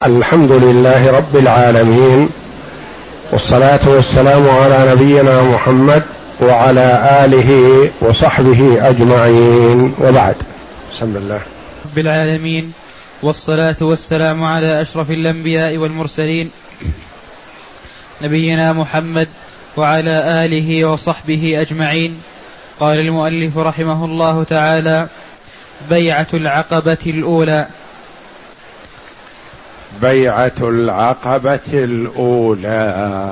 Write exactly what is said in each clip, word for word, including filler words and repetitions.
الحمد لله رب العالمين، والصلاة والسلام على نبينا محمد وعلى آله وصحبه أجمعين، وبعد. بسم الله رب العالمين، والصلاة والسلام على أشرف الأنبياء والمرسلين نبينا محمد وعلى آله وصحبه أجمعين. قال المؤلف رحمه الله تعالى: بيعة العقبة الأولى. بيعة العقبة الأولى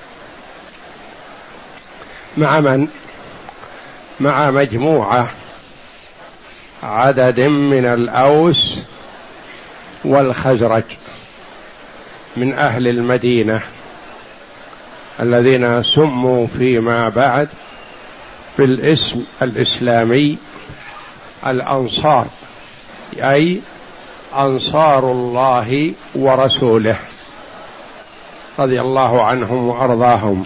مع من؟ مع مجموعة عدد من الأوس والخزرج من أهل المدينة الذين سموا فيما بعد بالاسم الإسلامي الأنصار، أي أنصار الله ورسوله رضي الله عنهم وأرضاهم.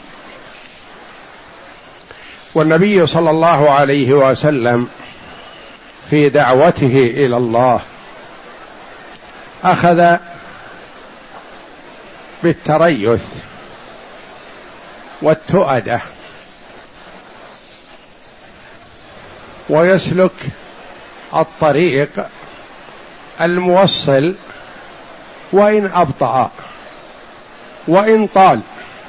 والنبي صلى الله عليه وسلم في دعوته إلى الله أخذ بالتريث والتؤدة، ويسلك الطريق الموصل وإن أبطأ وإن طال،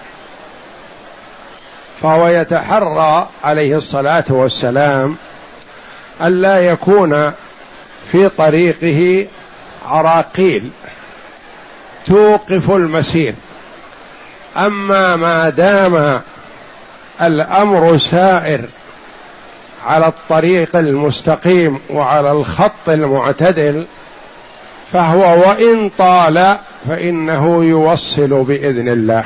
فهو يتحرى عليه الصلاة والسلام ألا يكون في طريقه عراقيل توقف المسير. أما ما دام الأمر سائر على الطريق المستقيم وعلى الخط المعتدل، فهو وإن طال فإنه يوصل بإذن الله.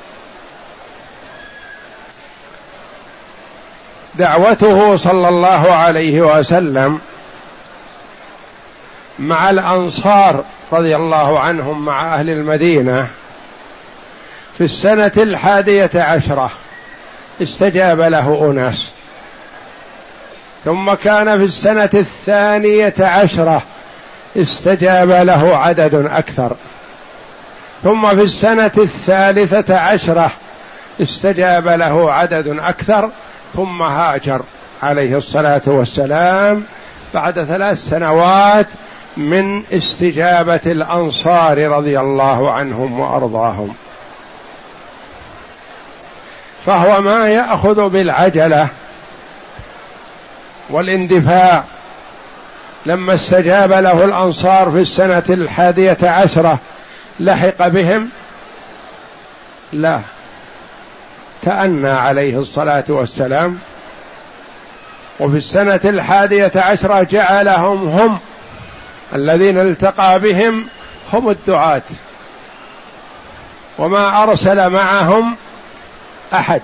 دعوته صلى الله عليه وسلم مع الأنصار رضي الله عنهم مع أهل المدينة في السنة الحادية عشرة استجاب له أناس، ثم كان في السنة الثانية عشرة استجاب له عدد أكثر، ثم في السنة الثالثة عشرة استجاب له عدد أكثر، ثم هاجر عليه الصلاة والسلام بعد ثلاث سنوات من استجابة الأنصار رضي الله عنهم وأرضاهم. فهو ما يأخذ بالعجلة والاندفاع. لما استجاب له الأنصار في السنة الحادية عشرة لحق بهم؟ لا، تأنى عليه الصلاة والسلام، وفي السنة الحادية عشرة جعلهم هم الذين التقى بهم هم الدعاة، وما أرسل معهم أحد.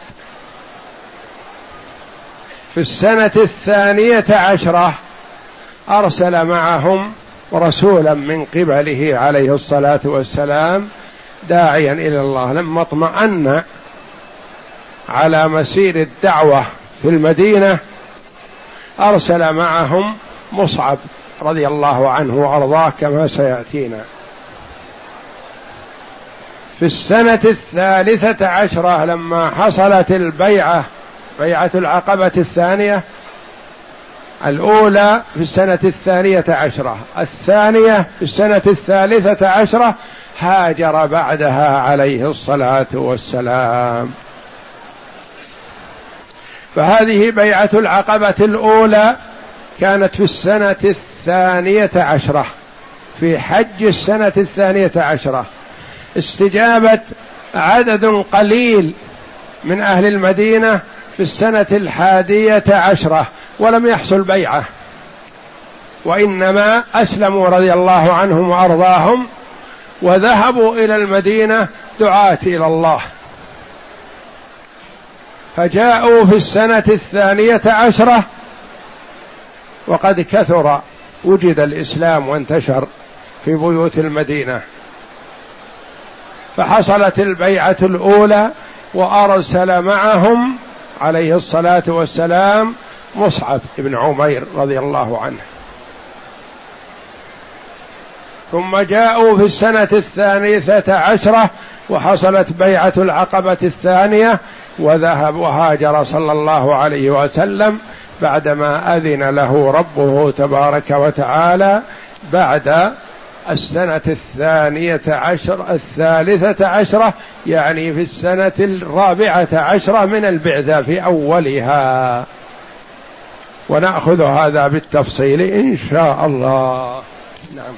في السنة الثانية عشرة أرسل معهم رسولا من قبله عليه الصلاة والسلام داعيا إلى الله. لما اطمأن على مسير الدعوة في المدينة أرسل معهم مصعب رضي الله عنه وأرضاه كما سيأتينا. في السنة الثالثة عشرة لما حصلت البيعة، بيعة العقبة الثانية، الأولى في السنة الثانية عشرة، الثانية في السنة الثالثة عشرة، هاجر بعدها عليه الصلاة والسلام. فهذه بيعة العقبة الأولى كانت في السنة الثانية عشرة، في حج السنة الثانية عشرة. استجابة عدد قليل من أهل المدينة في السنة الحادية عشرة، ولم يحصل بيعة، وإنما أسلموا رضي الله عنهم وأرضاهم وذهبوا إلى المدينة دعاة إلى الله. فجاءوا في السنة الثانية عشرة وقد كثر، وجد الإسلام وانتشر في بيوت المدينة، فحصلت البيعة الأولى، وأرسل معهم عليه الصلاة والسلام مصعب بن عمير رضي الله عنه. ثم جاءوا في السنة الثالثة عشرة وحصلت بيعة العقبة الثانية، وذهب وهاجر صلى الله عليه وسلم بعدما أذن له ربه تبارك وتعالى بعد السنة الثانية عشر الثالثة عشرة، يعني في السنة الرابعة عشرة من البعثة في أولها. ونأخذ هذا بالتفصيل إن شاء الله. نعم.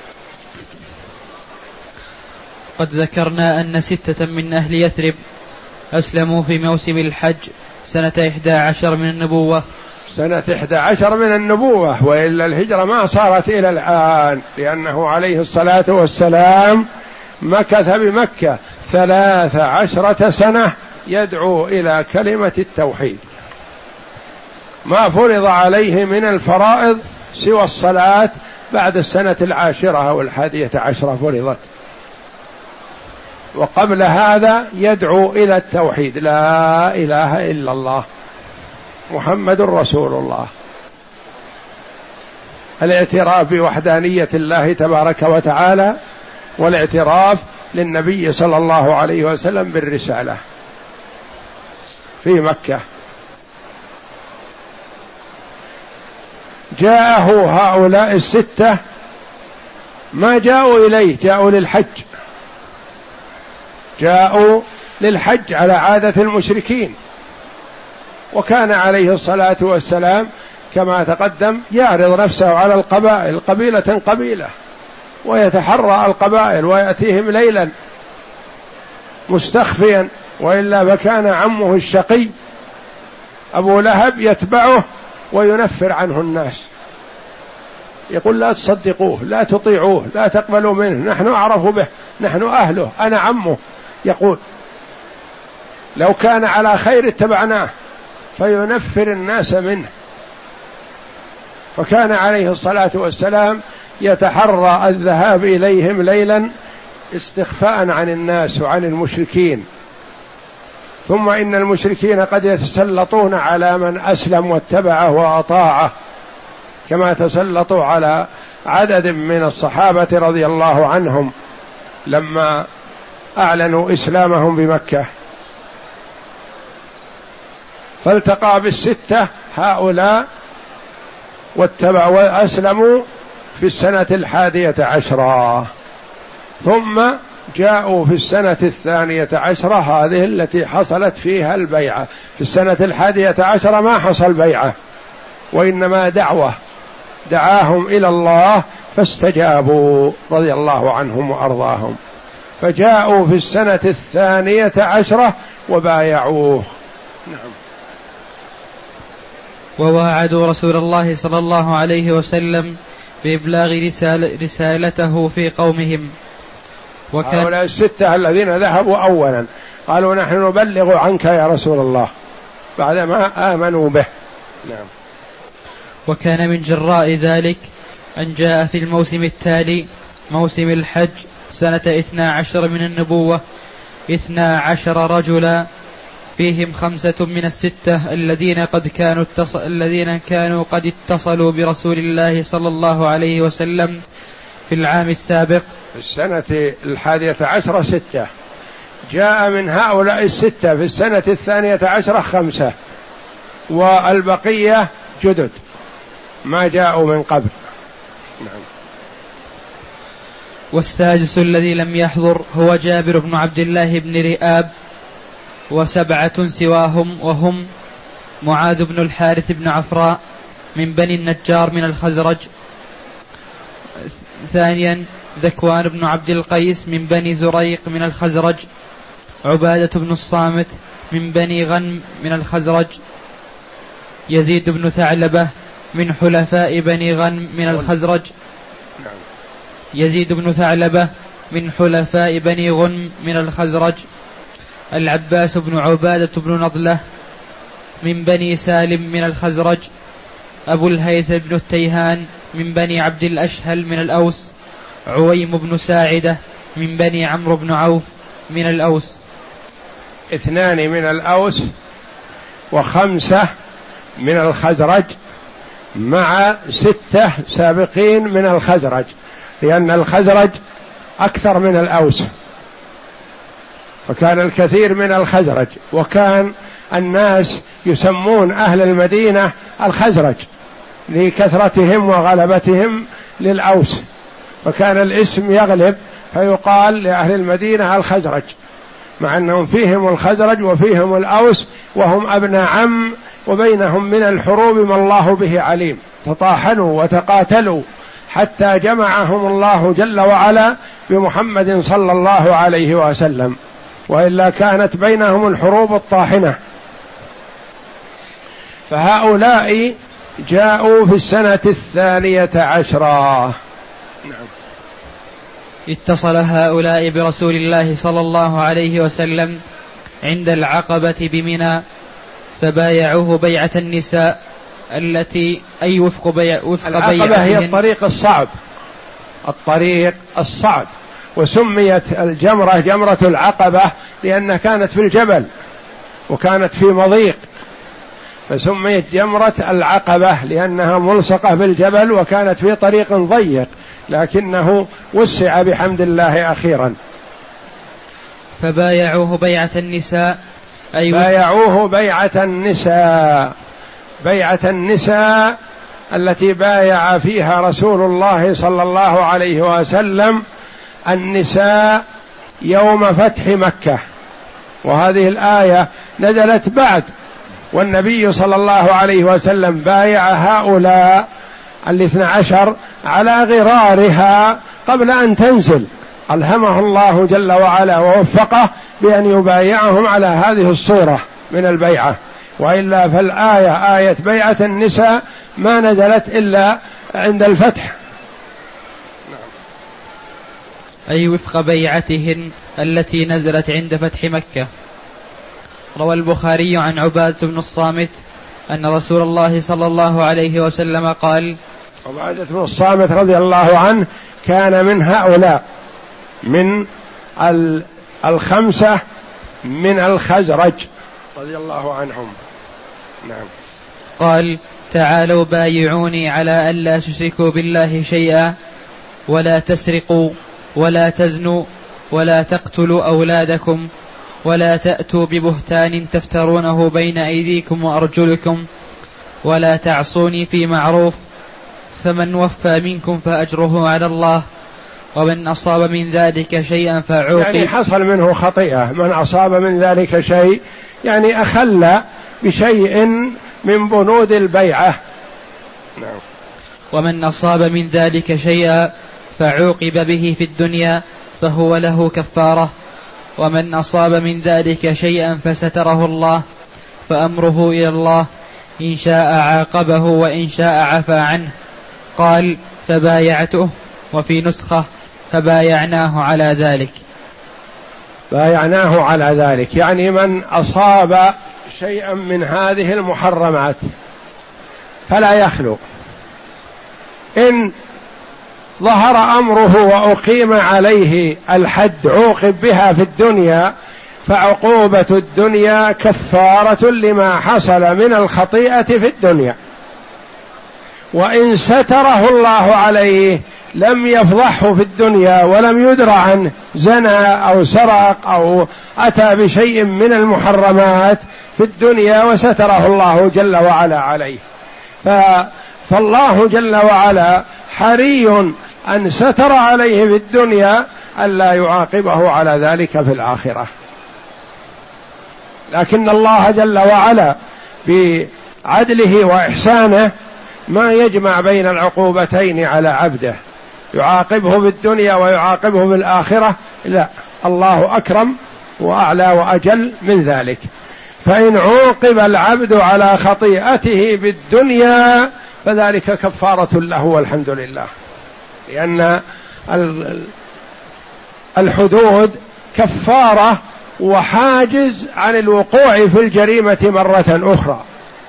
قد ذكرنا أن ستة من أهل يثرب أسلموا في موسم الحج سنة إحدى عشر من النبوة. سنة إحدى عشر من النبوة، وإلا الهجرة ما صارت إلى الآن، لأنه عليه الصلاة والسلام مكث بمكة ثلاث عشرة سنة يدعو إلى كلمة التوحيد، ما فرض عليه من الفرائض سوى الصلاة بعد السنة العاشرة أو الحادية عشرة فرضت، وقبل هذا يدعو إلى التوحيد، لا إله إلا الله محمد رسول الله، الاعتراف بوحدانية الله تبارك وتعالى، والاعتراف للنبي صلى الله عليه وسلم بالرسالة في مكة. جاءه هؤلاء الستة ما جاءوا إليه، جاءوا للحج، جاءوا للحج على عادة المشركين، وكان عليه الصلاة والسلام كما تقدم يعرض نفسه على القبائل قبيلة قبيلة، ويتحرى القبائل ويأتيهم ليلا مستخفيا، وإلا فكان عمه الشقي أبو لهب يتبعه وينفر عنه الناس، يقول لا تصدقوه، لا تطيعوه، لا تقبلوا منه، نحن أعرف به، نحن أهله، أنا عمه. يقول لو كان على خير اتبعناه، فينفر الناس منه. فكان عليه الصلاة والسلام يتحرى الذهاب إليهم ليلا استخفاء عن الناس وعن المشركين. ثم إن المشركين قد يتسلطون على من أسلم واتبعه وأطاعه، كما تسلطوا على عدد من الصحابة رضي الله عنهم لما أعلنوا إسلامهم بمكة. فالتقى بالستة هؤلاء واتبعوا وأسلموا في السنة الحادية عشرة، ثم جاءوا في السنة الثانية عشرة، هذه التي حصلت فيها البيعة. في السنة الحادية عشرة ما حصل بيعة، وإنما دعوة، دعاهم إلى الله فاستجابوا رضي الله عنهم وأرضاهم، فجاءوا في السنة الثانية عشرة وبايعوه. نعم. وواعدوا رسول الله صلى الله عليه وسلم بإبلاغ رسال رسالته في قومهم. وكان هؤلاء الستة الذين ذهبوا أولا قالوا نحن نبلغ عنك يا رسول الله بعدما آمنوا به. نعم. وكان من جراء ذلك أن جاء في الموسم التالي موسم الحج سنة اثنا عشر من النبوة اثنا عشر رجلا، فيهم خمسة من الستة الذين قد كانوا اتص... الذين كانوا قد اتصلوا برسول الله صلى الله عليه وسلم في العام السابق. في السنة الحادية عشرة ستة، جاء من هؤلاء الستة في السنة الثانية عشرة خمسة، والبقية جدد ما جاءوا من قبل. نعم. والسادس الذي لم يحضر هو جابر بن عبد الله بن رئاب، وسبعة سواهم وهم معاذ بن الحارث بن عفراء من بني النجار من الخزرج، ثانيا ذكوان بن عبد القيس من بني زريق من الخزرج، عبادة بن الصامت من بني غنم من الخزرج، يزيد بن ثعلبة من حلفاء بني غنم من الخزرج يزيد بن ثعلبة من حلفاء بني غنم من الخزرج، العباس بن عبادة بن نضلة من بني سالم من الخزرج، أبو الهيثم بن التيهان من بني عبد الأشهل من الأوس، عويم بن ساعدة من بني عمرو بن عوف من الأوس. اثنان من الأوس وخمسة من الخزرج مع ستة سابقين من الخزرج. لأن الخزرج أكثر من الأوس، وكان الكثير من الخزرج، وكان الناس يسمون أهل المدينة الخزرج لكثرتهم وغلبتهم للأوس، فكان الاسم يغلب فيقال لأهل المدينة الخزرج، مع أنهم فيهم الخزرج وفيهم الأوس وهم أبناء عم، وبينهم من الحروب ما الله به عليم، تطاحنوا وتقاتلوا حتى جمعهم الله جل وعلا بمحمد صلى الله عليه وسلم، وإلا كانت بينهم الحروب الطاحنة. فهؤلاء جاءوا في السنة الثانية عشرة. نعم. اتصل هؤلاء برسول الله صلى الله عليه وسلم عند العقبة بمنى فبايعوه بيعة النساء التي أي وفق بيع وفق العقبة بيعتهن. هي الطريق الصعب، الطريق الصعب، وسميت الجمرة جمرة العقبة لأنها كانت في الجبل وكانت في مضيق، فسميت جمرة العقبة لأنها ملصقة بالجبل وكانت في طريق ضيق، لكنه وسع بحمد الله أخيرا. فبايعوه بيعة النساء أي بايعوه بيعة النساء، بيعة النساء التي بايع فيها رسول الله صلى الله عليه وسلم النساء يوم فتح مكة، وهذه الآية نزلت بعد، والنبي صلى الله عليه وسلم بايع هؤلاء الاثنى عشر على غرارها قبل أن تنزل، ألهمه الله جل وعلا ووفقه بأن يبايعهم على هذه الصورة من البيعة، وإلا فالآية آية بيعة النساء ما نزلت إلا عند الفتح. أي وفق بيعتهن التي نزلت عند فتح مكة. روى البخاري عن عبادة بن الصامت أن رسول الله صلى الله عليه وسلم قال. عبادة بن الصامت رضي الله عنه كان من هؤلاء من الخمسة من الخزرج رضي الله عنهم. نعم. قال تعالوا بايعوني على ألا تشركوا بالله شيئا ولا تسرقوا ولا تزنوا ولا تقتلوا أولادكم ولا تأتوا ببهتان تفترونه بين أيديكم وأرجلكم ولا تعصوني في معروف، فمن وفى منكم فأجره على الله، ومن أصاب من ذلك شيئا فعوقب. يعني حصل منه خطيئة، من أصاب من ذلك شيء يعني أخل بشيء من بنود البيعة. نعم. ومن أصاب من ذلك شيئا فعوقب به في الدنيا فهو له كفارة، ومن أصاب من ذلك شيئا فستره الله فأمره إلى الله، إن شاء عاقبه وإن شاء عفى عنه. قال فبايعته، وفي نسخة فبايعناه على ذلك. بايعناه على ذلك يعني من أصاب شيئا من هذه المحرمات فلا يخلو، إن ظهر أمره وأقيم عليه الحد عوقب بها في الدنيا، فعقوبة الدنيا كفارة لما حصل من الخطيئة في الدنيا، وإن ستره الله عليه لم يفضحه في الدنيا ولم يدر عنه زنى أو سرق أو أتى بشيء من المحرمات في الدنيا وستره الله جل وعلا عليه، فالله جل وعلا حري أن ستر عليه في الدنيا ألا يعاقبه على ذلك في الآخرة. لكن الله جل وعلا بعدله وإحسانه ما يجمع بين العقوبتين على عبده، يعاقبه بالدنيا ويعاقبه بالآخرة، لا، الله أكرم وأعلى وأجل من ذلك. فإن عوقب العبد على خطيئته بالدنيا فذلك كفارة له والحمد لله، لأن الحدود كفارة وحاجز عن الوقوع في الجريمة مرة أخرى،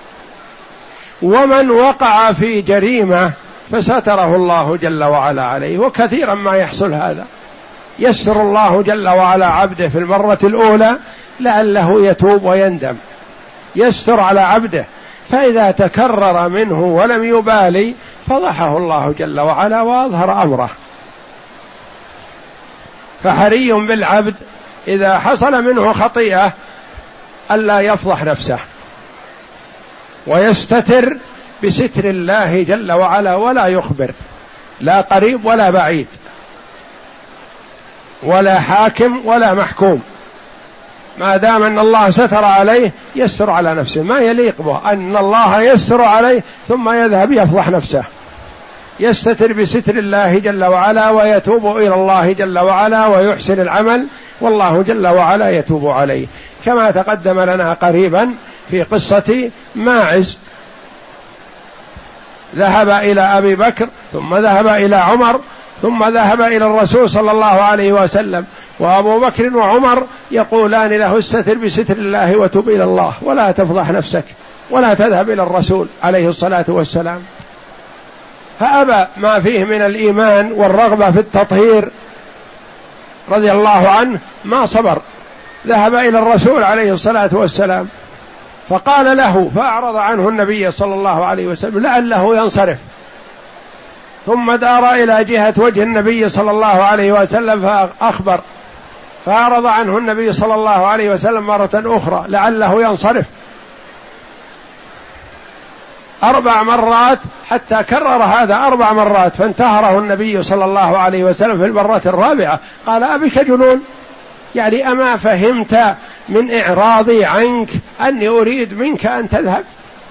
ومن وقع في جريمة فستره الله جل وعلا عليه، وكثيرا ما يحصل هذا، يسر الله جل وعلا عبده في المرة الأولى لعله يتوب ويندم، يستر على عبده، فإذا تكرر منه ولم يبالي فضحه الله جل وعلا وأظهر أمره، فحري بالعبد إذا حصل منه خطيئة ألا يفضح نفسه، ويستتر بستر الله جل وعلا، ولا يخبر لا قريب ولا بعيد ولا حاكم ولا محكوم، ما دام أن الله ستر عليه يستر على نفسه. ما يليق به أن الله يستر عليه ثم يذهب يفضح نفسه، يستتر بستر الله جل وعلا ويتوب إلى الله جل وعلا ويحسن العمل، والله جل وعلا يتوب عليه، كما تقدم لنا قريبا في قصة ماعز، ذهب إلى أبي بكر ثم ذهب إلى عمر ثم ذهب إلى الرسول صلى الله عليه وسلم، وأبو بكر وعمر يقولان له استتر بستر الله وتب إلى الله ولا تفضح نفسك ولا تذهب إلى الرسول عليه الصلاة والسلام، فأبى ما فيه من الإيمان والرغبة في التطهير رضي الله عنه، ما صبر، ذهب إلى الرسول عليه الصلاة والسلام فقال له، فأعرض عنه النبي صلى الله عليه وسلم لعله ينصرف، ثم دار إلى جهة وجه النبي صلى الله عليه وسلم فأخبر، فأعرض عنه النبي صلى الله عليه وسلم مرة أخرى لعله ينصرف، أربع مرات حتى كرر هذا أربع مرات، فانتهره النبي صلى الله عليه وسلم في المرة الرابعة قال أبك جنون؟ يعني أما فهمت من إعراضي عنك أني أريد منك أن تذهب؟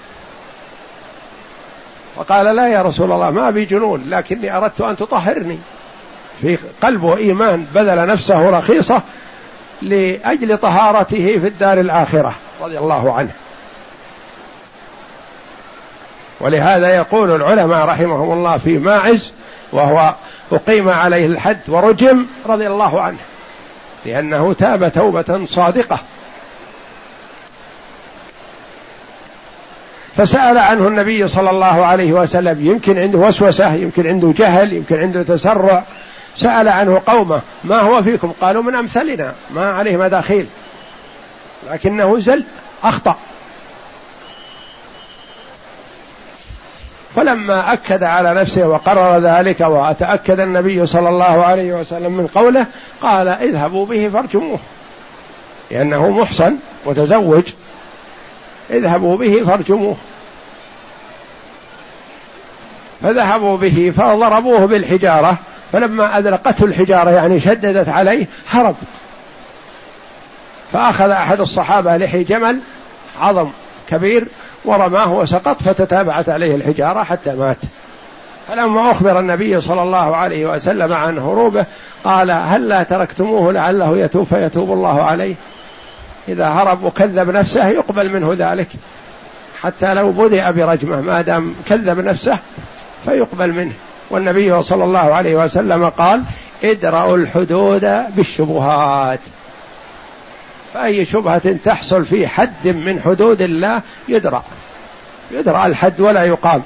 وقال لا يا رسول الله ما بي جنون، لكني أردت أن تطهرني. في قلبه إيمان، بذل نفسه رخيصة لأجل طهارته في الدار الآخرة رضي الله عنه. ولهذا يقول العلماء رحمهم الله في ماعز وهو أقيم عليه الحد ورجم رضي الله عنه، لأنه تاب توبة صادقة. فسأل عنه النبي صلى الله عليه وسلم، يمكن عنده وسوسة، يمكن عنده جهل، يمكن عنده تسرع، سأل عنه قومه ما هو فيكم؟ قالوا من أمثلنا ما عليه مداخيل، لكنه زل أخطأ. فلما أكد على نفسه وقرر ذلك وأتأكد النبي صلى الله عليه وسلم من قوله قال اذهبوا به فارجموه، لأنه محصن وتزوج، اذهبوا به فارجموه. فذهبوا به فضربوه بالحجارة، فلما أذلقته الحجارة يعني شددت عليه هرب، فأخذ أحد الصحابة لحي جمل عظم كبير ورماه وسقط، فتتابعت عليه الحجارة حتى مات. فلما أخبر النبي صلى الله عليه وسلم عن هروبه قال هل لا تركتموه لعله يتوب فيتوب الله عليه؟ إذا هرب وكذب نفسه يقبل منه ذلك، حتى لو بدأ برجمه ما دام كذب نفسه فيقبل منه. والنبي صلى الله عليه وسلم قال ادرأوا الحدود بالشبهات، فأي شبهة تحصل في حد من حدود الله يدرأ يدرأ الحد ولا يقام.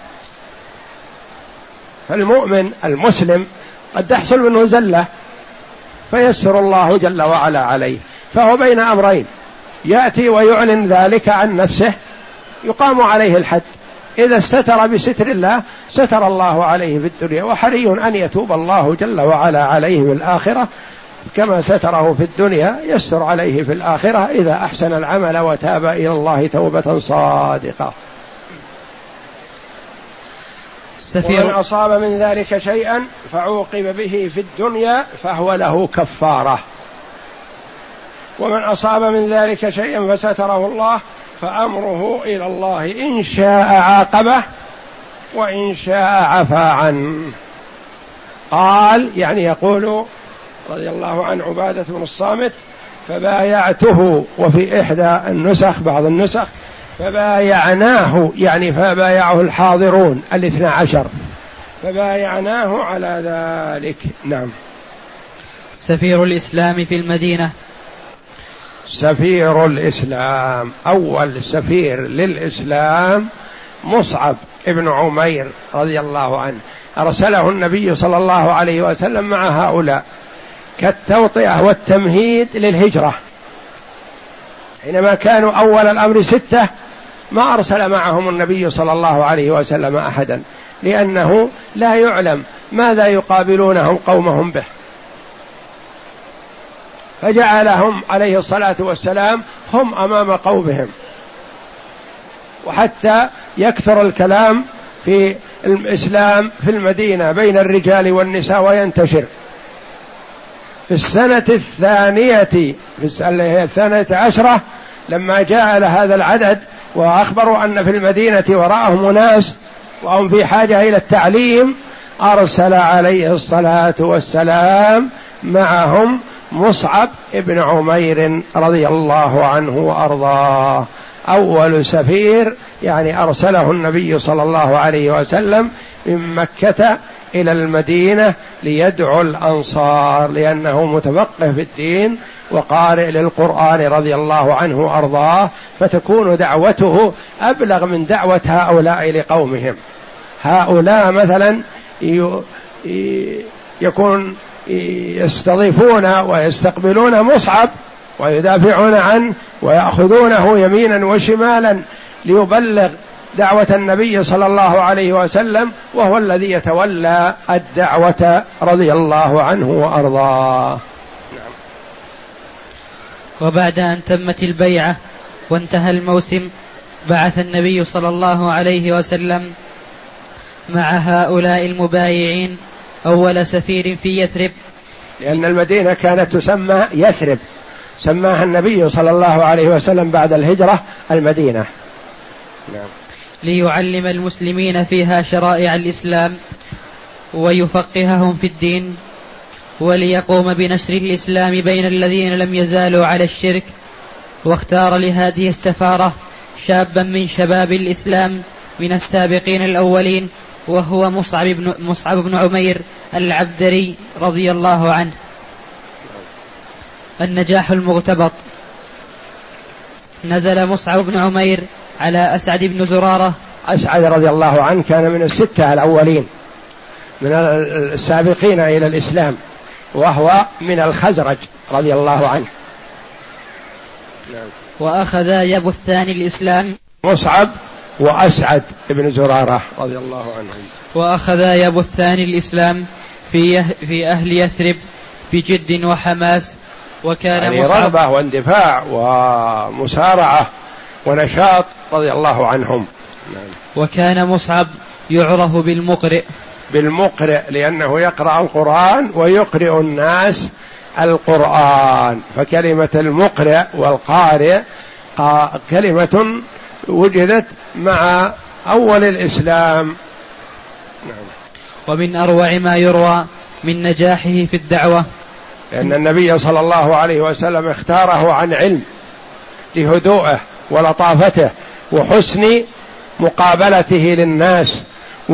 فالمؤمن المسلم قد تحصل منه زلة فيسر الله جل وعلا عليه، فهو بين أمرين، يأتي ويعلن ذلك عن نفسه يقام عليه الحد، إذا استتر بستر الله ستر الله عليه في الدنيا، وحري أن يتوب الله جل وعلا عليه في الآخرة كما ستره في الدنيا يستر عليه في الآخرة إذا أحسن العمل وتاب إلى الله توبة صادقة. ومن أصاب من ذلك شيئا فعوقب به في الدنيا فهو له كفارة، ومن أصاب من ذلك شيئا فستره الله فأمره إلى الله إن شاء عاقبه وإن شاء عفى عنه. قال يعني يقول رضي الله عن عبادة بن الصامت فبايعته، وفي إحدى النسخ بعض النسخ فبايعناه، يعني فبايعه الحاضرون الاثنى عشر، فبايعناه على ذلك. نعم. سفير الإسلام في المدينة. سفير الإسلام، أول سفير للإسلام مصعب ابن عمير رضي الله عنه، أرسله النبي صلى الله عليه وسلم مع هؤلاء كالتوطئة والتمهيد للهجرة. حينما كانوا أول الأمر ستة ما أرسل معهم النبي صلى الله عليه وسلم أحدا، لأنه لا يعلم ماذا يقابلونهم قومهم به، فجعلهم عليه الصلاة والسلام هم أمام قومهم، وحتى يكثر الكلام في الإسلام في المدينة بين الرجال والنساء وينتشر. في السنة الثانية في الثانية عشرة لما جاء لهذا العدد وأخبروا أن في المدينة وراءهم ناس وهم في حاجة إلى التعليم، أرسل عليه الصلاة والسلام معهم مصعب ابن عمير رضي الله عنه وأرضاه، أول سفير يعني أرسله النبي صلى الله عليه وسلم من مكة إلى المدينة ليدعو الأنصار، لأنه متفقه في الدين وقارئ للقرآن رضي الله عنه وأرضاه، فتكون دعوته أبلغ من دعوة هؤلاء لقومهم. هؤلاء مثلا يكون يستضيفون ويستقبلون مصعب ويدافعون عنه ويأخذونه يمينا وشمالا ليبلغ دعوة النبي صلى الله عليه وسلم، وهو الذي يتولى الدعوة رضي الله عنه وأرضاه. نعم. وبعد أن تمت البيعة وانتهى الموسم، بعث النبي صلى الله عليه وسلم مع هؤلاء المبايعين أول سفير في يثرب، لأن المدينة كانت تسمى يثرب، سماها النبي صلى الله عليه وسلم بعد الهجرة المدينة. نعم. ليعلم المسلمين فيها شرائع الإسلام ويفقههم في الدين، وليقوم بنشر الإسلام بين الذين لم يزالوا على الشرك. واختار لهذه السفارة شابا من شباب الإسلام من السابقين الأولين، وهو مصعب بن, مصعب بن عمير العبدري رضي الله عنه. النجاح المغتبط. نزل مصعب بن عمير على أسعد بن زرارة. أسعد رضي الله عنه كان من الستة الأولين من السابقين إلى الإسلام، وهو من الخزرج رضي الله عنه. وأخذ يبثان الإسلام، مصعب وأسعد بن زرارة رضي الله عنهم، وأخذ يبثان الإسلام في في أهل يثرب بجد وحماس. وكان يعني رغبة واندفاع ومسارعة ونشاط رضي الله عنهم. وكان مصعب يعرف بالمقرئ بالمقرئ لأنه يقرأ القرآن ويقرئ الناس القرآن، فكلمة المقرئ والقارئ كلمة وجدت مع أول الإسلام. نعم. ومن أروع ما يروى من نجاحه في الدعوة لأن النبي صلى الله عليه وسلم اختاره عن علم لهدوءه ولطافته وحسن مقابلته للناس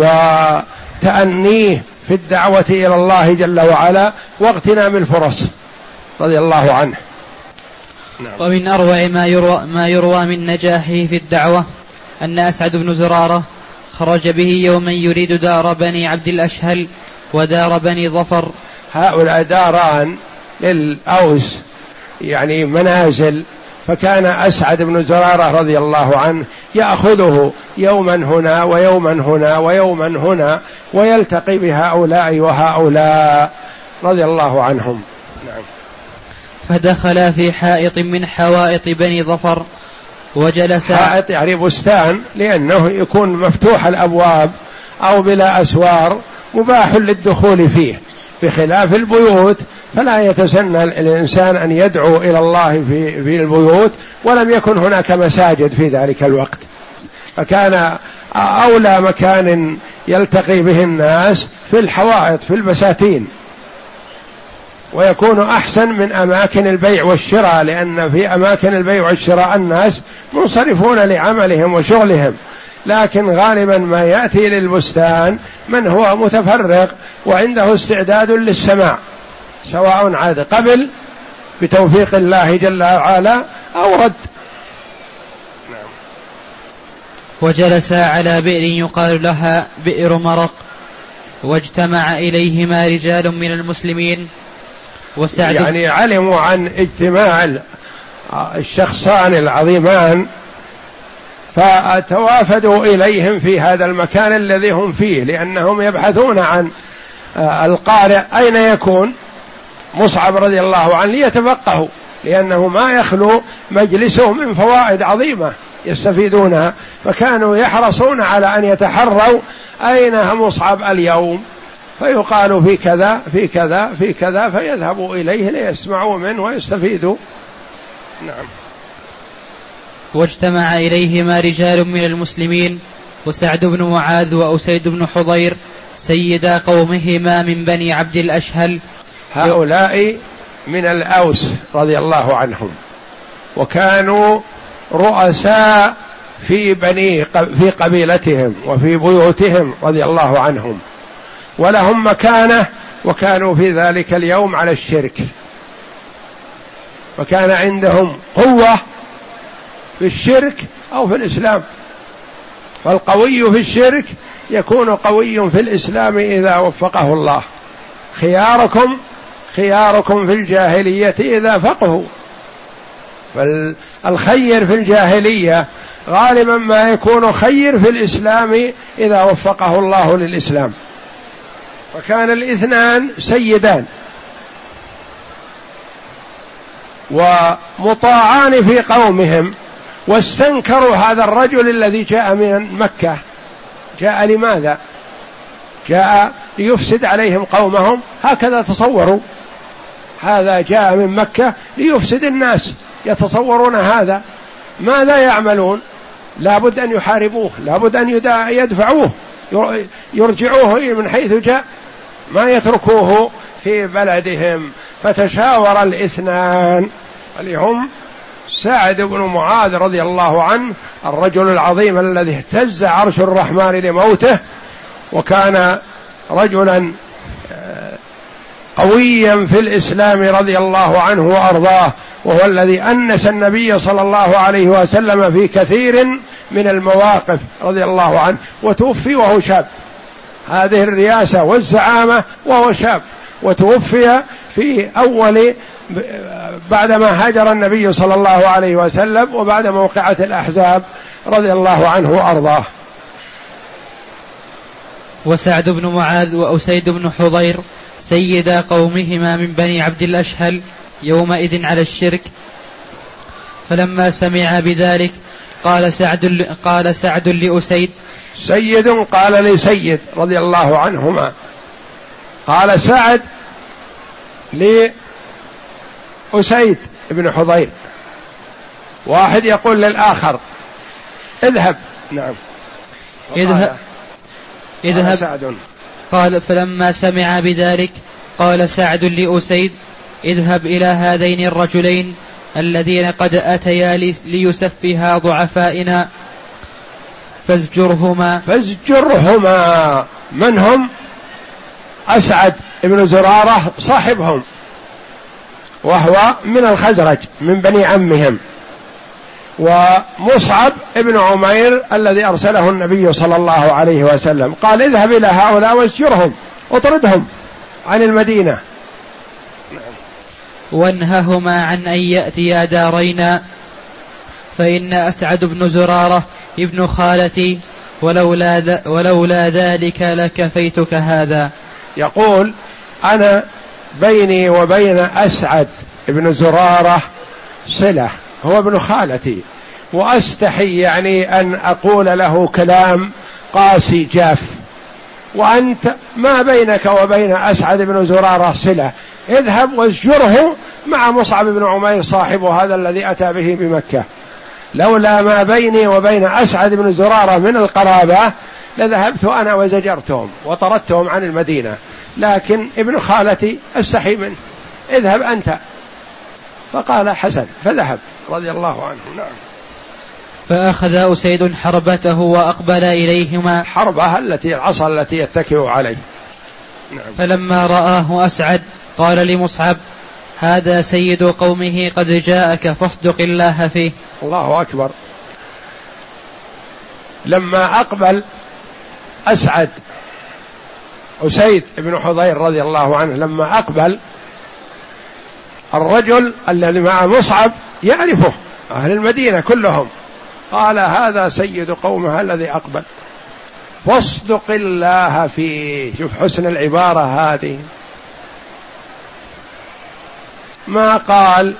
وتأنيه في الدعوة إلى الله جل وعلا واغتنام الفرص رضي الله عنه. نعم. ومن أروع ما يروى, ما يروى من نجاحه في الدعوة أن أسعد بن زرارة خرج به يوما يريد دار بني عبد الأشهل ودار بني ظفر. هؤلاء داران للأوس يعني منازل، فكان أسعد بن زرارة رضي الله عنه يأخذه يوما هنا ويوما هنا ويوما هنا ويلتقي بهؤلاء وهؤلاء رضي الله عنهم. نعم. فدخل في حائط من حوائط بني ظفر وجلس. حائط يعني بستان، لأنه يكون مفتوح الأبواب أو بلا أسوار مباح للدخول فيه، بخلاف البيوت فلا يتسنى الإنسان أن يدعو إلى الله في, في البيوت، ولم يكن هناك مساجد في ذلك الوقت، فكان أولى مكان يلتقي به الناس في الحوائط في البساتين، ويكون أحسن من أماكن البيع والشراء، لأن في أماكن البيع والشراء الناس منصرفون لعملهم وشغلهم، لكن غالبا ما يأتي للبستان من هو متفرغ وعنده استعداد للسماع، سواء عاد قبل بتوفيق الله جل وعلا أو رد. نعم. وجلس على بئر يقال لها بئر مرق، واجتمع إليهما رجال من المسلمين. وسعد يعني علموا عن اجتماع الشخصان العظيمان فتوافدوا إليهم في هذا المكان الذي هم فيه، لأنهم يبحثون عن القارئ أين يكون، مصعب رضي الله عنه ليتفقهوا، لأنه ما يخلو مجلسه من فوائد عظيمة يستفيدونها، فكانوا يحرصون على أن يتحروا أين مصعب اليوم، فيقال في كذا في كذا في كذا، فيذهبوا إليه ليسمعوا منه ويستفيدوا. نعم. واجتمع إليهما رجال من المسلمين وسعد بن معاذ وأسيد بن حضير سيدا قومهما من بني عبد الأشهل. هؤلاء من الأوس رضي الله عنهم، وكانوا رؤساء في بني في قبيلتهم وفي بيوتهم رضي الله عنهم، ولهم مكانة، وكانوا في ذلك اليوم على الشرك، وكان عندهم قوة في الشرك أو في الإسلام، فالقوي في الشرك يكون قوي في الإسلام إذا وفقه الله. خياركم خياركم في الجاهلية إذا فقهوا، فالخير في الجاهلية غالبا ما يكون خير في الإسلام إذا وفقه الله للإسلام. فكان الاثنان سيدان ومطاعان في قومهم، واستنكروا هذا الرجل الذي جاء من مكة. جاء لماذا؟ جاء ليفسد عليهم قومهم، هكذا تصوروا. هذا جاء من مكة ليفسد الناس، يتصورون هذا. ماذا يعملون؟ لابد أن يحاربوه، لابد أن يدفعوه، يرجعوه من حيث جاء، ما يتركوه في بلدهم. فتشاور الاثنان اللي هم سعد بن معاذ رضي الله عنه، الرجل العظيم الذي اهتز عرش الرحمن لموته، وكان رجلا قويا في الإسلام رضي الله عنه وأرضاه، وهو الذي أنس النبي صلى الله عليه وسلم في كثير من المواقف رضي الله عنه، وتوفي وهو شاب. هذه الرياسة والزعامة وهو شاب، وتوفي في أول بعدما هاجر النبي صلى الله عليه وسلم وبعد موقعة الأحزاب رضي الله عنه وأرضاه. وسعد بن معاذ وأسيد بن حضير سيدا قومهما من بني عبد الأشهل يومئذ على الشرك. فلما سمع بذلك قال سعد قال سعد لأسيد سيد قال لسيد رضي الله عنهما، قال سعد لأسيد بن حضير، واحد يقول للآخر اذهب. نعم. اذهب اذهب سعد. قال فلما سمع بذلك قال سعد لأسيد اذهب إلى هذين الرجلين الذين قد أتيا ليسفها ضعفائنا فازجرهما. فازجرهما من هم؟ أسعد بن زرارة صاحبهم، وهو من الخزرج من بني عمهم، ومصعب بن عمير الذي أرسله النبي صلى الله عليه وسلم، قال اذهب إلى هؤلاء وازجرهم، اطردهم عن المدينة. وانههما عن أن يأتيا دارينا، فإن أسعد بن زرارة ابن خالتي، ولولا, ذ... ولولا ذلك لكفيتك هذا. يقول أنا بيني وبين أسعد بن زرارة صلة، هو ابن خالتي، وأستحي يعني أن أقول له كلام قاسي جاف، وأنت ما بينك وبين أسعد بن زرارة صلة، اذهب وازجره مع مصعب بن عمير صاحبه هذا الذي أتى به بمكة. لولا ما بيني وبين أسعد بن زرارة من القرابة لذهبت أنا وزجرتهم وطردتهم عن المدينة، لكن ابن خالتي أستحي منه، اذهب أنت. فقال حسن، فذهب رضي الله عنه. نعم. فأخذ أسيد حربته وأقبل إليهما. حربها التي العصا التي يتكئ عليه. نعم. فلما رآه أسعد قال لمصعب هذا سيد قومه قد جاءك فاصدق الله فيه. الله أكبر. لما أقبل أسعد أسيد بن حضير رضي الله عنه، لما أقبل الرجل الذي مع مصعب يعرفه أهل المدينة كلهم، قال هذا سيد قومه الذي أقبل فاصدق الله فيه. شوف حسن العبارة هذه، ما قال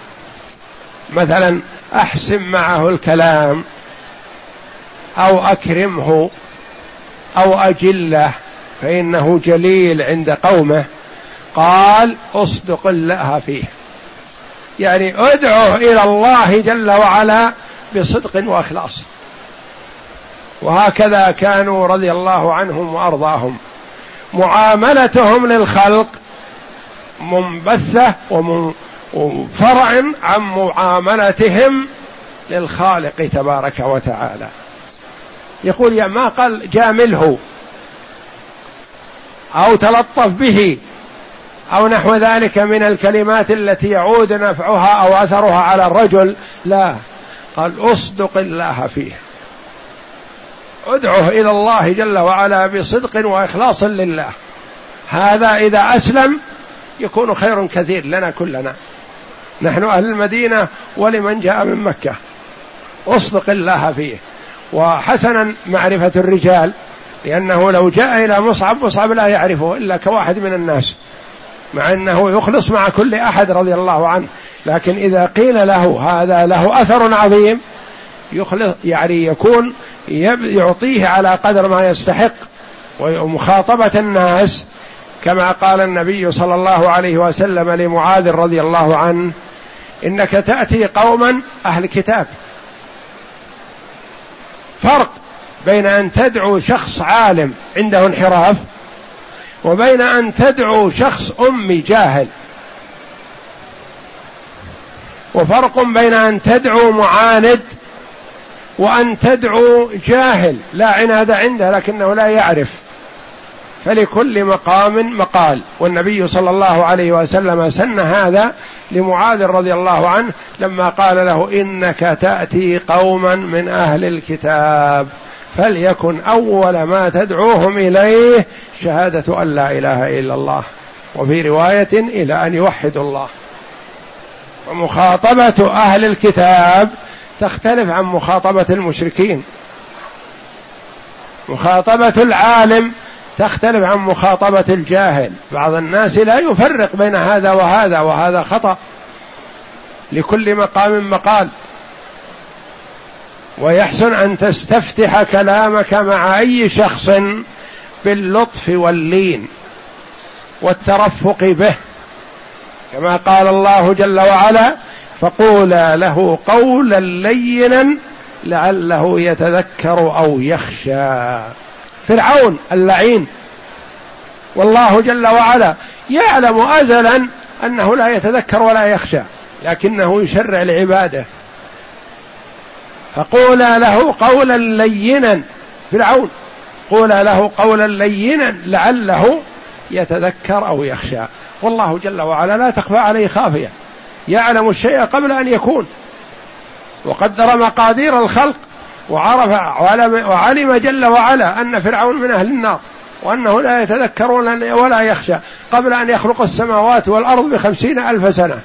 مثلا أحسن معه الكلام أو أكرمه أو أجله فإنه جليل عند قومه، قال أصدق الله فيه، يعني ادعوه إلى الله جل وعلا بصدق وإخلاص. وهكذا كانوا رضي الله عنهم وأرضاهم، معاملتهم للخلق منبثة وفرع عن معاملتهم للخالق تبارك وتعالى. يقول يا ما قال جامله أو تلطف به أو نحو ذلك من الكلمات التي يعود نفعها أو أثرها على الرجل، لا، قال أصدق الله فيه، ادعوه إلى الله جل وعلا بصدق وإخلاص لله. هذا إذا أسلم يكون خير كثير لنا كلنا، نحن أهل المدينة ولمن جاء من مكة، أصدق الله فيه. وحسنا معرفة الرجال، لأنه لو جاء إلى مصعب مصعب لا يعرفه إلا كواحد من الناس، مع أنه يخلص مع كل أحد رضي الله عنه، لكن إذا قيل له هذا له أثر عظيم يخلص، يعني يكون يعطيه على قدر ما يستحق. ومخاطبة الناس كما قال النبي صلى الله عليه وسلم لمعاذ رضي الله عنه: إنك تأتي قوما أهل كتاب. فرق بين أن تدعو شخص عالم عنده انحراف وبين أن تدعو شخص أمي جاهل، وفرق بين أن تدعو معاند وأن تدعو جاهل لا عناد عنده لكنه لا يعرف. فلكل مقام مقال، والنبي صلى الله عليه وسلم سن هذا لمعاذ رضي الله عنه لما قال له: إنك تأتي قوما من أهل الكتاب فليكن أول ما تدعوهم إليه شهادة أن لا إله إلا الله، وفي رواية إلى أن يوحدوا الله. ومخاطبة أهل الكتاب تختلف عن مخاطبة المشركين، مخاطبة العالم تختلف عن مخاطبة الجاهل. بعض الناس لا يفرق بين هذا وهذا، وهذا خطأ، لكل مقام مقال. ويحسن أن تستفتح كلامك مع أي شخص باللطف واللين والترفق به، كما قال الله جل وعلا: فقولا له قولا لينا لعله يتذكر أو يخشى. فرعون اللعين، والله جل وعلا يعلم أزلا أنه لا يتذكر ولا يخشى، لكنه يشرع لعباده. فقولا له قولا لينا، فرعون قولا له قولا لينا لعله يتذكر أو يخشى. والله جل وعلا لا تخفى عليه خافية، يعلم الشيء قبل أن يكون، وقدر مقادير الخلق، وعرف وعلم جل وعلا أن فرعون من أهل النار، وأنه لا يتذكر ولا يخشى قبل أن يخلق السماوات والأرض بخمسين ألف سنة،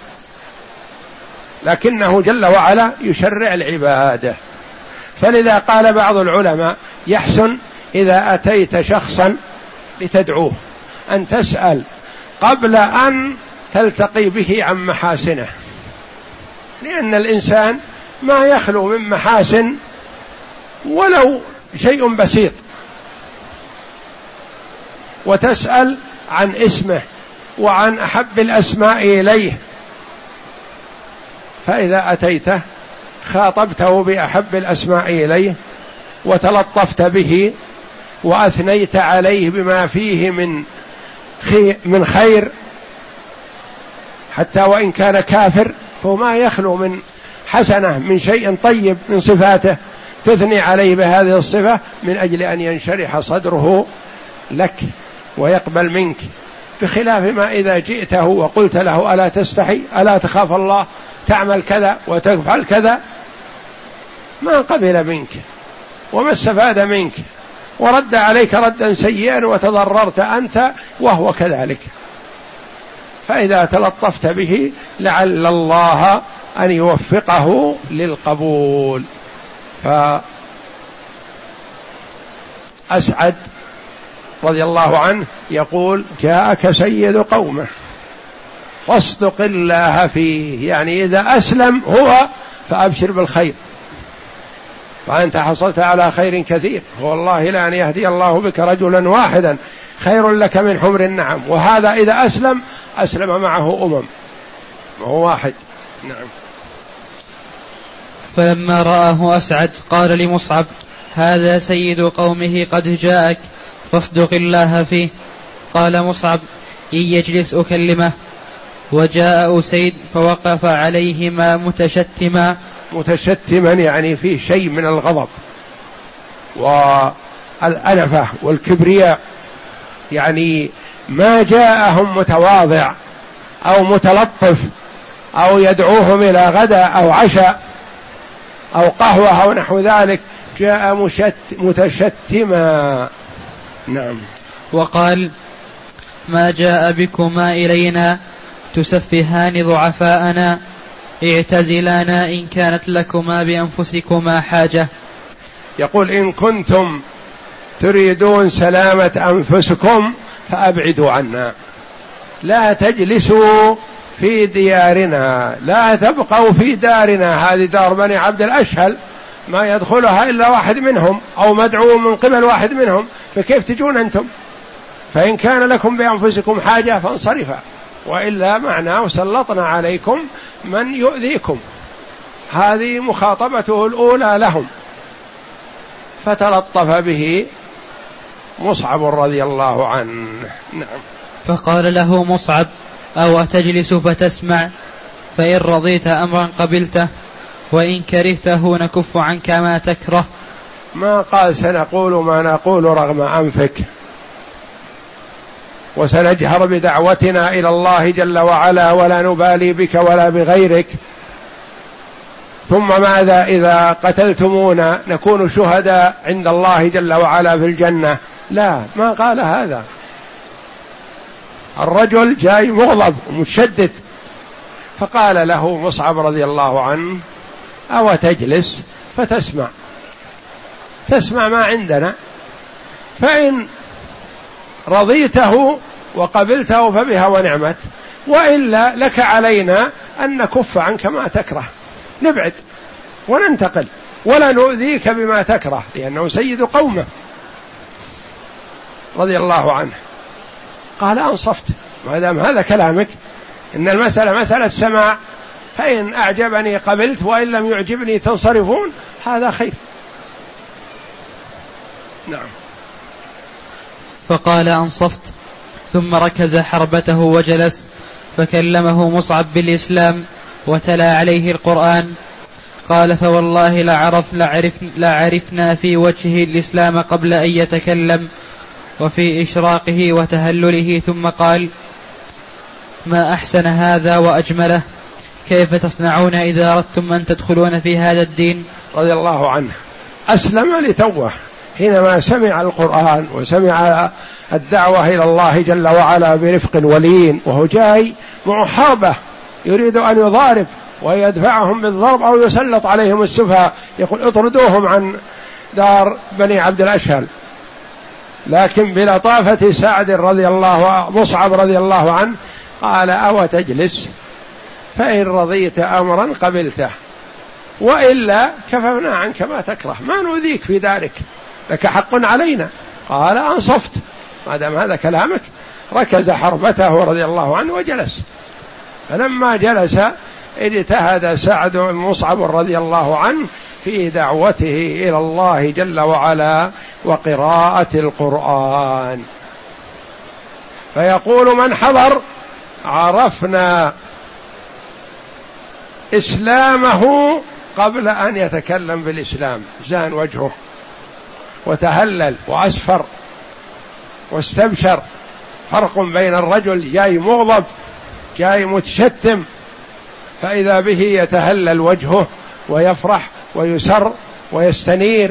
لكنه جل وعلا يشرع العبادة. فلذا قال بعض العلماء: يحسن إذا أتيت شخصا لتدعوه أن تسأل قبل أن تلتقي به عن محاسنه، لأن الإنسان ما يخلو من محاسن ولو شيء بسيط، وتسأل عن اسمه وعن أحب الأسماء إليه، فإذا أتيته خاطبته بأحب الأسماء إليه وتلطفت به وأثنيت عليه بما فيه من من خير، حتى وإن كان كافر فما يخلو من حسنة، من شيء طيب من صفاته، تثني عليه بهذه الصفة من أجل أن ينشرح صدره لك ويقبل منك، بخلاف ما إذا جئته وقلت له: ألا تستحي، ألا تخاف الله، تعمل كذا وتفعل كذا، ما قبل منك وما استفاد منك، ورد عليك ردا سيئا وتضررت أنت وهو كذلك. فإذا تلطفت به لعل الله أن يوفقه للقبول. فأسعد رضي الله عنه يقول: جاءك سيد قومه واصدق الله فيه، يعني إذا أسلم هو فأبشر بالخير، فأنت حصلت على خير كثير، والله لأن يهدي الله بك رجلا واحدا خير لك من حمر النعم. وهذا إذا أسلم أسلم معه أمم وهو واحد. نعم. فلما رآه أسعد قال لمصعب: هذا سيد قومه قد جاءك فاصدق الله فيه. قال مصعب: إن يجلس أكلمه. وجاء أسيد فوقف عليهما متشتما متشتما يعني فيه شيء من الغضب والأنفة والكبرياء، يعني ما جاءهم متواضع أو متلطف أو يدعوهم إلى غدا أو عشاء أو قهوة أو نحو ذلك، جاء مشت متشتما. نعم. وقال: ما جاء بكما إلينا تسفهان ضعفاءنا، اعتزلانا إن كانت لكما بأنفسكما حاجة. يقول: إن كنتم تريدون سلامة أنفسكم فأبعدوا عنا، لا تجلسوا في ديارنا، لا تبقوا في دارنا، هذه دار بني عبد الأشهل ما يدخلها إلا واحد منهم أو مدعو من قبل واحد منهم، فكيف تجون أنتم؟ فإن كان لكم بأنفسكم حاجة فانصرفا، وإلا معناه سلطنا عليكم من يؤذيكم. هذه مخاطبته الأولى لهم، فتلطف به مصعب رضي الله عنه. نعم. فقال له مصعب: أو أتجلس فتسمع؟ فإن رضيت أمرا قبلته، وإن كرهته نكف عنك ما تكره. ما قال سنقول ما نقول رغم أنفك، وسنجهر بدعوتنا إلى الله جل وعلا ولا نبالي بك ولا بغيرك، ثم ماذا إذا قتلتمونا نكون شهداء عند الله جل وعلا في الجنة. لا، ما قال هذا. الرجل جاي مغضب ومشدد، فقال له مصعب رضي الله عنه: أو تجلس فتسمع، تسمع ما عندنا، فإن رضيته وقبلته فبها ونعمت، وإلا لك علينا أن نكف عنك ما تكره، نبعد وننتقل ولا نؤذيك بما تكره، لأنه سيد قومه رضي الله عنه. قال: أنصفت، ما دام هذا كلامك إن المسألة مسألة سماع، فإن أعجبني قبلت وإن لم يعجبني تنصرفون، هذا خير. نعم. فقال: أنصفت. ثم ركز حربته وجلس، فكلمه مصعب بالإسلام وتلا عليه القرآن. قال: فوالله لعرف لعرف لعرفنا في وجهه الإسلام قبل أن يتكلم وفي إشراقه وتهلله. ثم قال: ما أحسن هذا وأجمله، كيف تصنعون إذا أردتم أن تدخلون في هذا الدين؟ رضي الله عنه أسلم لتوه حينما سمع القرآن وسمع الدعوة إلى الله جل وعلا برفق ولين، وهو جاي مع حربة يريد أن يضارب ويدفعهم بالضرب أو يسلط عليهم السفهاء، يقول: اطردوهم عن دار بني عبد الأشهل. لكن بلطافة سعد رضي الله مصعب رضي الله عنه قال: أو تجلس فإن رضيت أمرا قبلته، وإلا كففنا عنك ما تكره، ما نؤذيك في دارك، لك حق علينا. قال: أنصفت، ما دام هذا كلامك. ركز حربته رضي الله عنه وجلس. فلما جلس اجتهد سعد مصعب رضي الله عنه في دعوته إلى الله جل وعلا وقراءة القرآن. فيقول من حضر: عرفنا إسلامه قبل أن يتكلم بالإسلام، زان وجهه وتهلل وأسفر واستبشر. فرق بين الرجل جاي مغضب جاي متشتم، فإذا به يتهلل وجهه ويفرح ويسر ويستنير.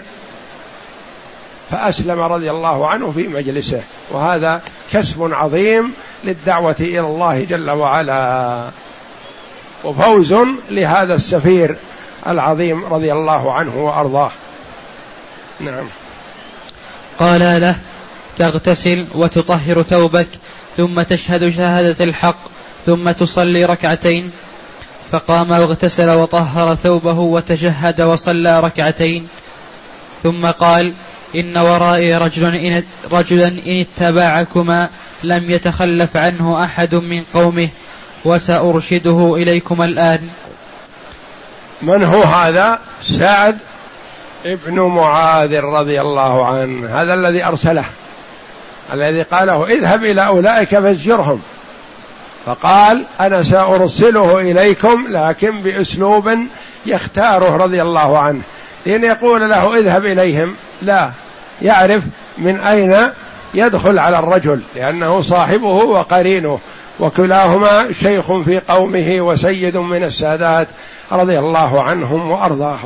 فأسلم رضي الله عنه في مجلسه، وهذا كسب عظيم للدعوة إلى الله جل وعلا، وفوز لهذا السفير العظيم رضي الله عنه وأرضاه. نعم. قال له: تغتسل وتطهر ثوبك ثم تشهد شهادة الحق ثم تصلي ركعتين. فقام واغتسل وطهر ثوبه وتشهد وصلى ركعتين، ثم قال: إن ورائي رجل إن, رجلا إن اتبعكما لم يتخلف عنه أحد من قومه وسأرشده إليكم الآن. من هو هذا؟ سعد ابن معاذ رضي الله عنه، هذا الذي أرسله، الذي قاله اذهب إلى أولئك فازجرهم، فقال أنا سأرسله إليكم لكن بأسلوب يختاره رضي الله عنه، لأن يقول له اذهب إليهم لا يعرف من أين يدخل على الرجل، لأنه صاحبه وقرينه وكلاهما شيخ في قومه وسيد من السادات رضي الله عنهم وأرضاهم.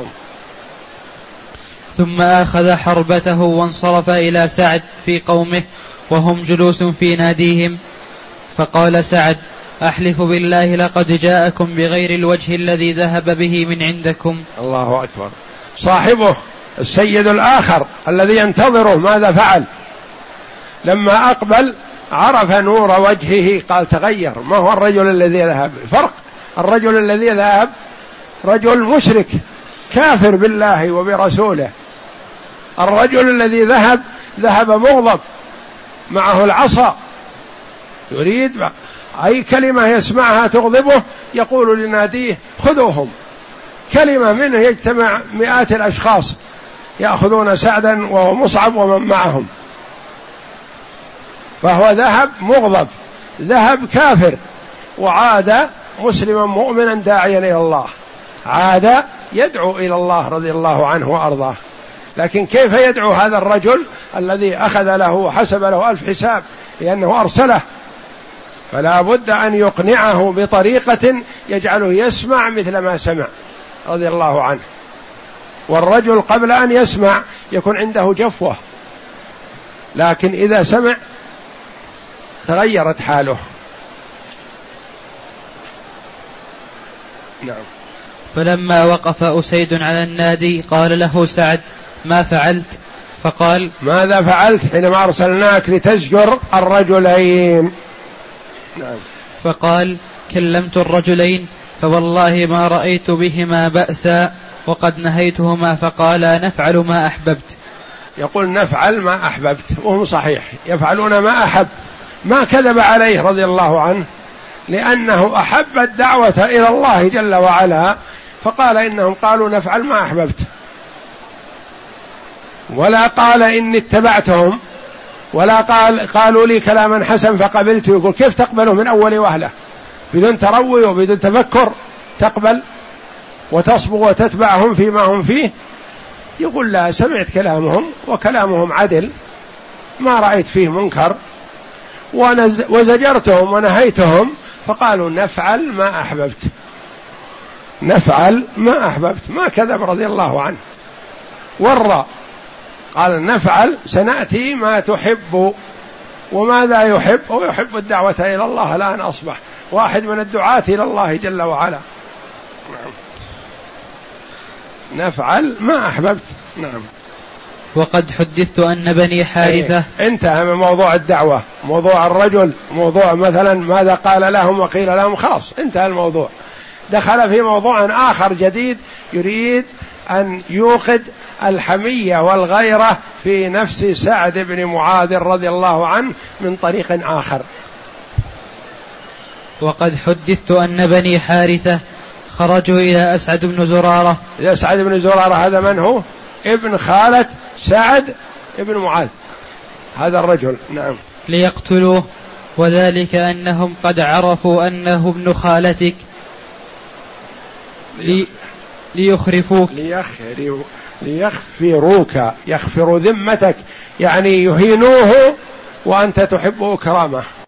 ثم أخذ حربته وانصرف إلى سعد في قومه وهم جلوس في ناديهم، فقال سعد: أحلف بالله لقد جاءكم بغير الوجه الذي ذهب به من عندكم. الله أكبر. صاحبه السيد الآخر الذي ينتظره ماذا فعل؟ لما أقبل عرف نور وجهه قال تغير، ما هو الرجل الذي ذهب؟ فرق، الرجل الذي ذهب رجل مشرك كافر بالله وبرسوله، الرجل الذي ذهب ذهب مغضب معه العصا يريد أي كلمة يسمعها تغضبه يقول لناديه خذوهم، كلمة منه يجتمع مئات الأشخاص يأخذون سعدا ومصعب ومن معهم، فهو ذهب مغضب، ذهب كافر، وعاد مسلما مؤمنا داعيا إلى الله، عاد يدعو إلى الله رضي الله عنه وأرضاه. لكن كيف يدعو هذا الرجل الذي أخذ له وحسب له ألف حساب لأنه أرسله؟ فلا بد أن يقنعه بطريقة يجعله يسمع مثل ما سمع رضي الله عنه. والرجل قبل أن يسمع يكون عنده جفوة، لكن إذا سمع تغيرت حاله. نعم. فلما وقف أسيد على النادي قال له سعد: ما فعلت؟ فقال: ماذا فعلت حينما أرسلناك لتزجر الرجلين؟ نعم. فقال: كلمت الرجلين فوالله ما رأيت بهما بأسا وقد نهيتهما فقالا نفعل ما أحببت. يقول نفعل ما أحببت، وهو صحيح، يفعلون ما أحب، ما كذب عليه رضي الله عنه، لأنه أحب الدعوة إلى الله جل وعلا، فقال إنهم قالوا نفعل ما أحببت، ولا قال إني اتبعتهم، ولا قال قالوا لي كلاما حسن فقبلت. يقول كيف تقبله من أول وهلة بدون تروي وبدون تفكر تقبل وتصبغ وتتبعهم فيما هم فيه؟ يقول لا، سمعت كلامهم وكلامهم عدل، ما رأيت فيه منكر، وزجرتهم ونهيتهم فقالوا نفعل ما أحببت، نفعل ما أحببت، ما كذب رضي الله عنه. ورى قال نفعل سنأتي ما تحب وماذا يحب، هو يحب الدعوة إلى الله، الآن أصبح واحد من الدعاة إلى الله جل وعلا. نفعل ما أحببت. نعم. وقد حدثت أن بني حارثة ايه انتهى من موضوع الدعوة، موضوع الرجل، موضوع مثلا ماذا قال لهم وقيل لهم، خلاص انتهى الموضوع، دخل في موضوع آخر جديد يريد أن يوقد الحمية والغيرة في نفس سعد بن معاذ رضي الله عنه من طريق آخر. وقد حدثت أن بني حارثة خرجوا إلى أسعد بن زرارة. أسعد بن زرارة هذا من هو؟ ابن خالة سعد بن معاذ، هذا الرجل. نعم. ليقتلوه، وذلك أنهم قد عرفوا أنه ابن خالتك لي ليخرفوك ليخروا ليخفروك، يخفر ذمتك يعني يهينوه وأنت تحب إكرامه.